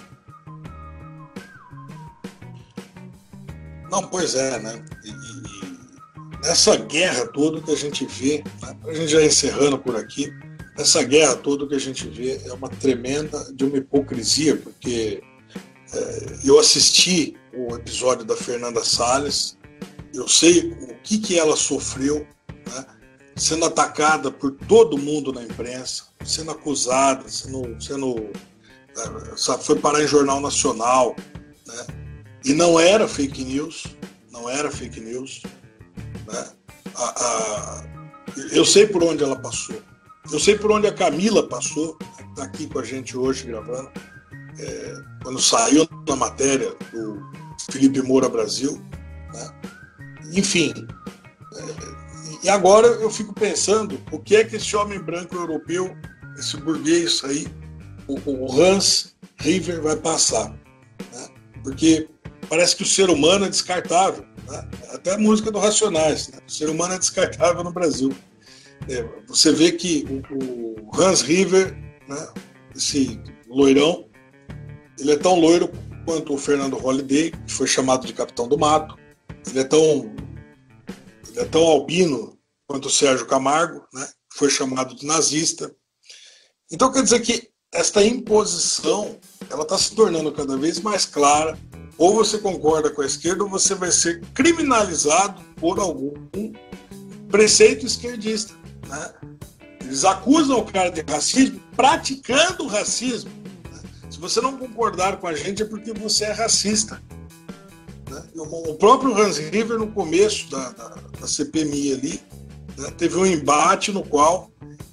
Não, pois é, né? E nessa guerra toda que a gente vê, né? A gente já encerrando por aqui, essa guerra toda que a gente vê é uma tremenda de uma hipocrisia, porque eu assisti o episódio da Fernanda Salles, eu sei o que ela sofreu, né? Sendo atacada por todo mundo na imprensa, sendo acusada, foi parar em jornal nacional, né? E não era fake news, né? Eu sei por onde ela passou, eu sei por onde a Camila passou, que está aqui com a gente hoje gravando, quando saiu na matéria do Felipe Moura Brasil, né? Enfim, e agora eu fico pensando o que é que esse homem branco europeu, esse burguês aí, o Hans River, vai passar, né? Porque parece que o ser humano é descartável, né? Até a música do Racionais, né? O ser humano é descartável no Brasil. Você vê que o Hans River, né, esse loirão, ele é tão loiro quanto o Fernando Holliday, que foi chamado de Capitão do Mato. Ele é tão albino quanto o Sérgio Camargo, né, que foi chamado de nazista. Então quer dizer que esta imposição ela está se tornando cada vez mais clara. Ou você concorda com a esquerda ou você vai ser criminalizado por algum preceito esquerdista, né? Eles acusam o cara de racismo praticando racismo, né? Se você não concordar com a gente é porque você é racista, né? O próprio Hans River, no começo da CPMI ali, né, teve um embate no qual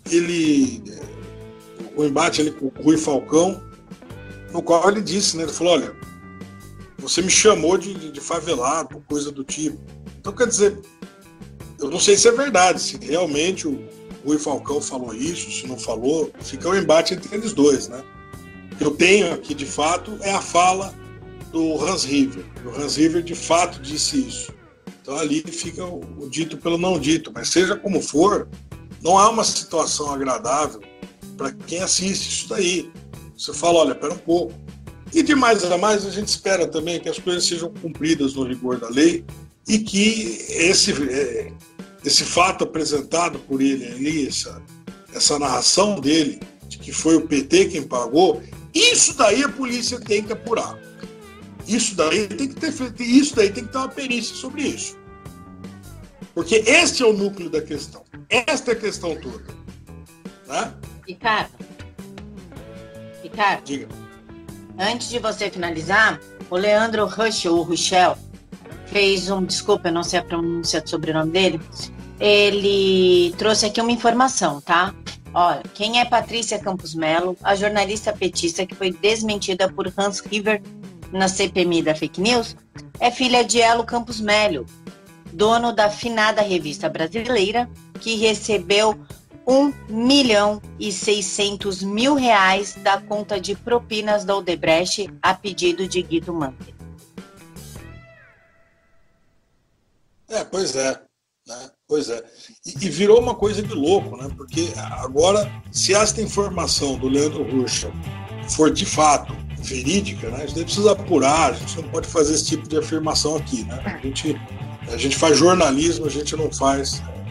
o embate ali com o Rui Falcão, no qual ele disse, né, ele falou, olha, você me chamou de favelado, coisa do tipo. Então, quer dizer, eu não sei se é verdade, se realmente o Rui Falcão falou isso, se não falou, fica um embate entre eles dois, né? O que eu tenho aqui, de fato, é a fala do Hans River. O Hans River, de fato, disse isso. Então, ali fica o dito pelo não dito. Mas, seja como for, não há uma situação agradável para quem assiste isso daí. Você fala, olha, pera um pouco. E de mais a mais, a gente espera também que as coisas sejam cumpridas no rigor da lei e que esse fato apresentado por ele ali, essa narração dele, de que foi o PT quem pagou, isso daí a polícia tem que apurar. Isso daí tem que ter uma perícia sobre isso. Porque este é o núcleo da questão. Esta é a questão toda. Né? Ricardo, diga. Antes de você finalizar, o Leandro Ruschel fez desculpa, eu não sei a pronúncia do sobrenome dele, ele trouxe aqui uma informação, tá? Olha, quem é Patrícia Campos Melo, a jornalista petista que foi desmentida por Hans River na CPMI da fake news, é filha de Elo Campos Melo, dono da finada Revista Brasileira, que recebeu R$1.600.000 da conta de propinas da Odebrecht a pedido de Guido Mantega. Pois é. Né? Pois é. E virou uma coisa de louco, né? Porque agora, se esta informação do Leandro Ruschel for de fato verídica, né? A gente precisa apurar, a gente não pode fazer esse tipo de afirmação aqui, né? A gente faz jornalismo, a gente não sai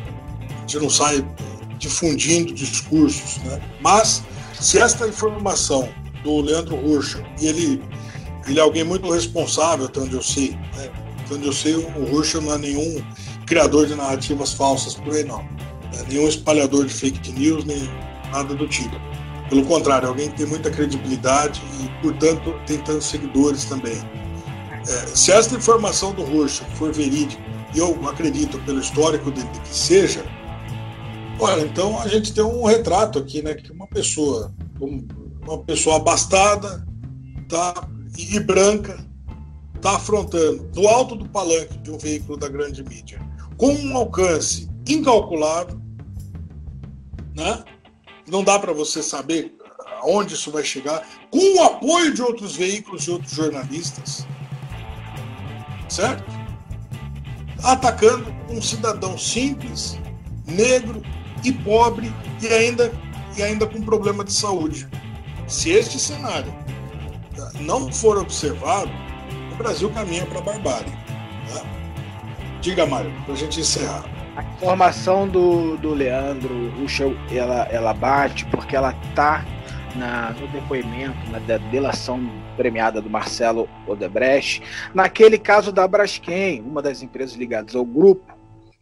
difundindo discursos, né? Mas se esta informação do Leandro Ruschel, ele Ele é alguém muito responsável, até onde eu sei. Né? Até onde eu sei, o Ruschel não é nenhum criador de narrativas falsas por aí, não. Não é nenhum espalhador de fake news, nem nada do tipo. Pelo contrário, é alguém que tem muita credibilidade e, portanto, tem tantos seguidores também. Se essa informação do Ruschel for verídica, e eu acredito pelo histórico dele que seja, olha, então a gente tem um retrato aqui, né, que uma pessoa abastada, tá, e branca, está afrontando do alto do palanque de um veículo da grande mídia, com um alcance incalculável, né? Não dá para você saber aonde isso vai chegar, com o apoio de outros veículos e outros jornalistas, certo? Atacando um cidadão simples, negro e pobre e ainda com problema de saúde. Se este cenário não for observado, o Brasil caminha para a barbárie. Tá? Diga, Mário, para a gente encerrar. A informação do Leandro Ruschel, ela bate porque ela está no depoimento, na delação premiada do Marcelo Odebrecht, naquele caso da Braskem, uma das empresas ligadas ao grupo,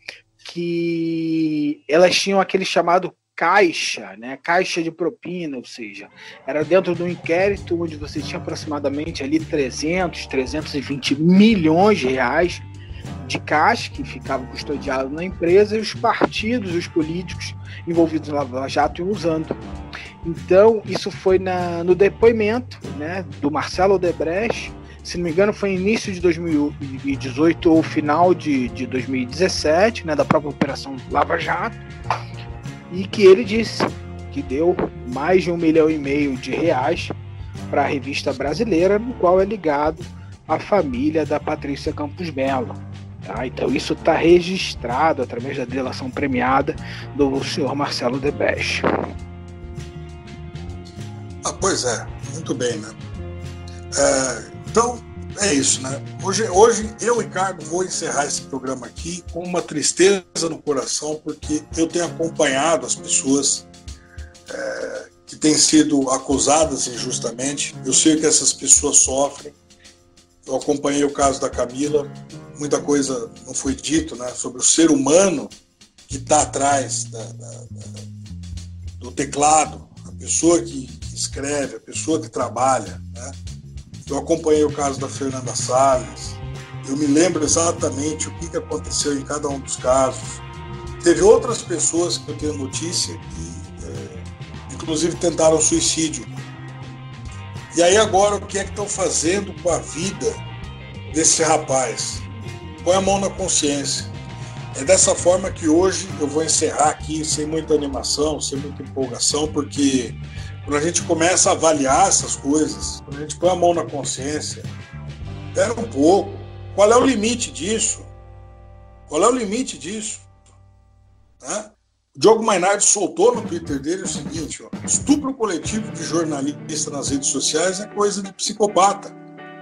que elas tinham aquele chamado caixa, né? Caixa de propina, ou seja, era dentro de um inquérito onde você tinha aproximadamente ali 320 milhões de reais de caixa que ficava custodiado na empresa e os partidos, os políticos envolvidos no Lava Jato iam usando. Então, isso foi no depoimento, né, do Marcelo Odebrecht, se não me engano foi início de 2018 ou final de 2017, né, da própria Operação Lava Jato, e que ele disse que deu mais de 1,5 milhão de reais para a revista brasileira, no qual é ligado à família da Patrícia Campos Melo. Tá? Então isso está registrado através da delação premiada do senhor Marcelo Odebrecht. Pois é, muito bem, né? Então, é isso, né? Hoje eu, Ricardo, vou encerrar esse programa aqui com uma tristeza no coração, porque eu tenho acompanhado as pessoas que têm sido acusadas injustamente. Eu sei que essas pessoas sofrem. Eu acompanhei o caso da Camila. Muita coisa não foi dito, né, sobre o ser humano que está atrás do teclado, a pessoa que escreve, a pessoa que trabalha, né? Eu acompanhei o caso da Fernanda Salles, eu me lembro exatamente o que aconteceu em cada um dos casos. Teve outras pessoas que eu tenho notícia que, inclusive, tentaram suicídio. E aí agora o que é que estão fazendo com a vida desse rapaz? Põe a mão na consciência. É dessa forma que hoje eu vou encerrar aqui, sem muita animação, sem muita empolgação, porque quando a gente começa a avaliar essas coisas, quando a gente põe a mão na consciência, espera um pouco. Qual é o limite disso? Qual é o limite disso? Né? O Diogo Mainardi soltou no Twitter dele o seguinte: estupro coletivo de jornalista nas redes sociais é coisa de psicopata.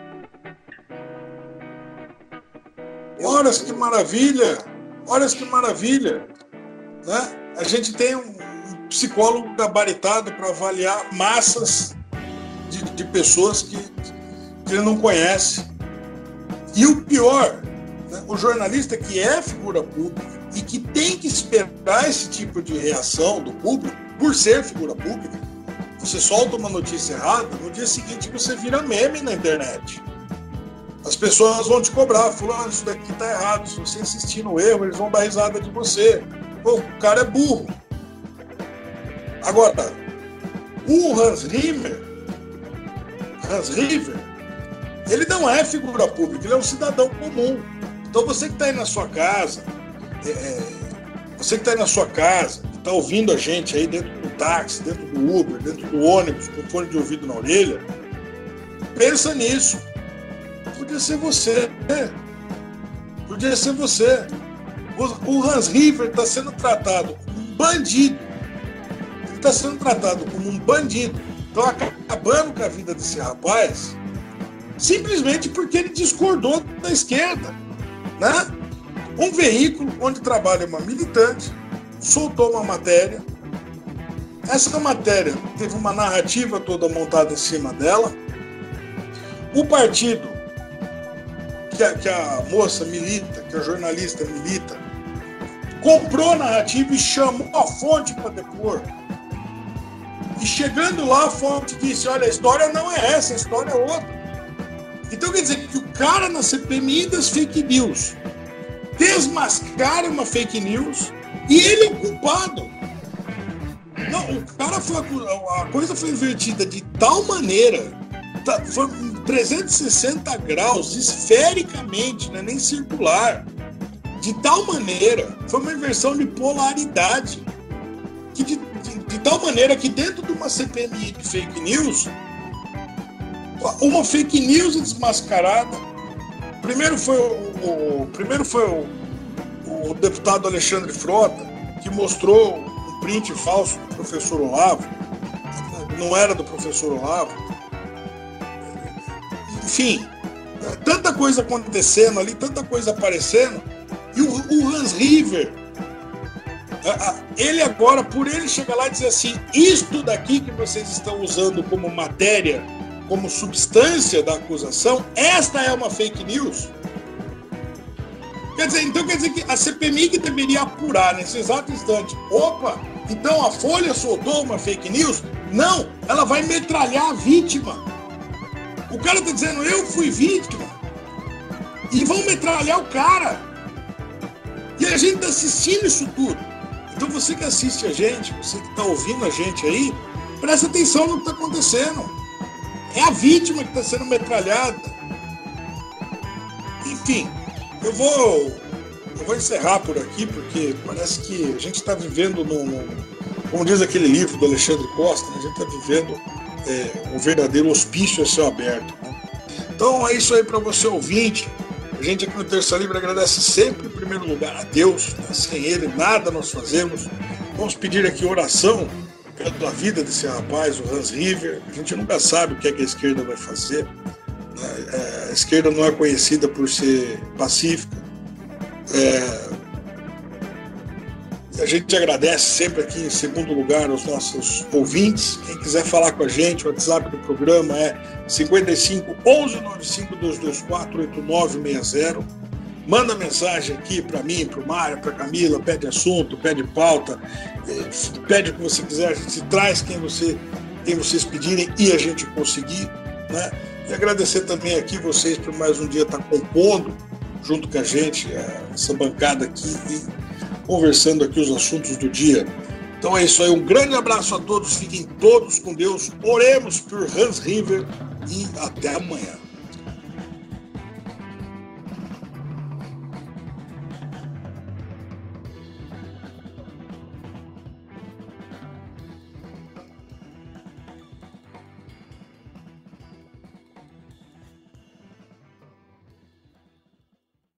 Olha que maravilha! Olha que maravilha! Né? A gente tem um psicólogo gabaritado para avaliar massas de pessoas que ele não conhece. E o pior, né, o jornalista que é figura pública e que tem que esperar esse tipo de reação do público, por ser figura pública, você solta uma notícia errada, no dia seguinte você vira meme na internet. As pessoas vão te cobrar, falando, isso daqui tá errado, se você insistir no erro, eles vão dar risada de você. Pô, o cara é burro. Agora, o Hans River, ele não é figura pública, ele é um cidadão comum. Então você que está aí na sua casa, que está ouvindo a gente aí dentro do táxi, dentro do Uber, dentro do ônibus, com fone de ouvido na orelha, pensa nisso. Podia ser você. Podia ser você. O Hans River está sendo tratado como um bandido. Ele está sendo tratado como um bandido. Estão acabando com a vida desse rapaz simplesmente porque ele discordou da esquerda. Né? Um veículo onde trabalha uma militante soltou uma matéria. Essa matéria teve uma narrativa toda montada em cima dela. O partido que a moça milita, que a jornalista milita, comprou a narrativa e chamou a fonte para depor. E chegando lá, a fonte disse: olha, a história não é essa, a história é outra. Então quer dizer que o cara na CPMI das fake news desmascara uma fake news e ele é o culpado. Não, o cara foi a coisa foi invertida de tal maneira, foi 360 graus, esfericamente, não é nem circular. De tal maneira, foi uma inversão de polaridade. Que de tal maneira que dentro de uma CPMI de fake news, uma fake news desmascarada. Primeiro foi o deputado Alexandre Frota, que mostrou um print falso do professor Olavo. Não era do professor Olavo. Enfim, tanta coisa acontecendo ali, tanta coisa aparecendo. E o Hans River, ele agora, por ele chegar lá e dizer assim: isto daqui que vocês estão usando como matéria, como substância da acusação, esta é uma fake news. Então quer dizer que a CPMI que deveria apurar nesse exato instante: opa, então a Folha soltou uma fake news? Não, ela vai metralhar a vítima. O cara está dizendo: eu fui vítima. E vão metralhar o cara. E a gente está assistindo isso tudo. Então você que assiste a gente, você que está ouvindo a gente aí, presta atenção no que está acontecendo. É a vítima que está sendo metralhada. Enfim, eu vou encerrar por aqui, porque parece que a gente está vivendo como diz aquele livro do Alexandre Costa, a gente está vivendo um verdadeiro hospício a céu aberto. Né? Então é isso aí para você ouvinte. A gente aqui no Terça Livre agradece sempre, em primeiro lugar, a Deus. Né? Sem Ele, nada nós fazemos. Vamos pedir aqui oração pela vida desse rapaz, o Hans River. A gente nunca sabe o que é que a esquerda vai fazer. A esquerda não é conhecida por ser pacífica. A gente agradece sempre aqui, em segundo lugar, aos nossos ouvintes. Quem quiser falar com a gente, o WhatsApp do programa é 55 11 95 224 8960. Manda mensagem aqui para mim, para o Mário, para a Camila, pede assunto, pede pauta, pede o que você quiser, a gente traz quem vocês pedirem e a gente conseguir. Né? E agradecer também aqui vocês por mais um dia estar compondo junto com a gente, essa bancada aqui e conversando aqui os assuntos do dia. Então é isso aí, um grande abraço a todos, fiquem todos com Deus, oremos por Hans River e até amanhã.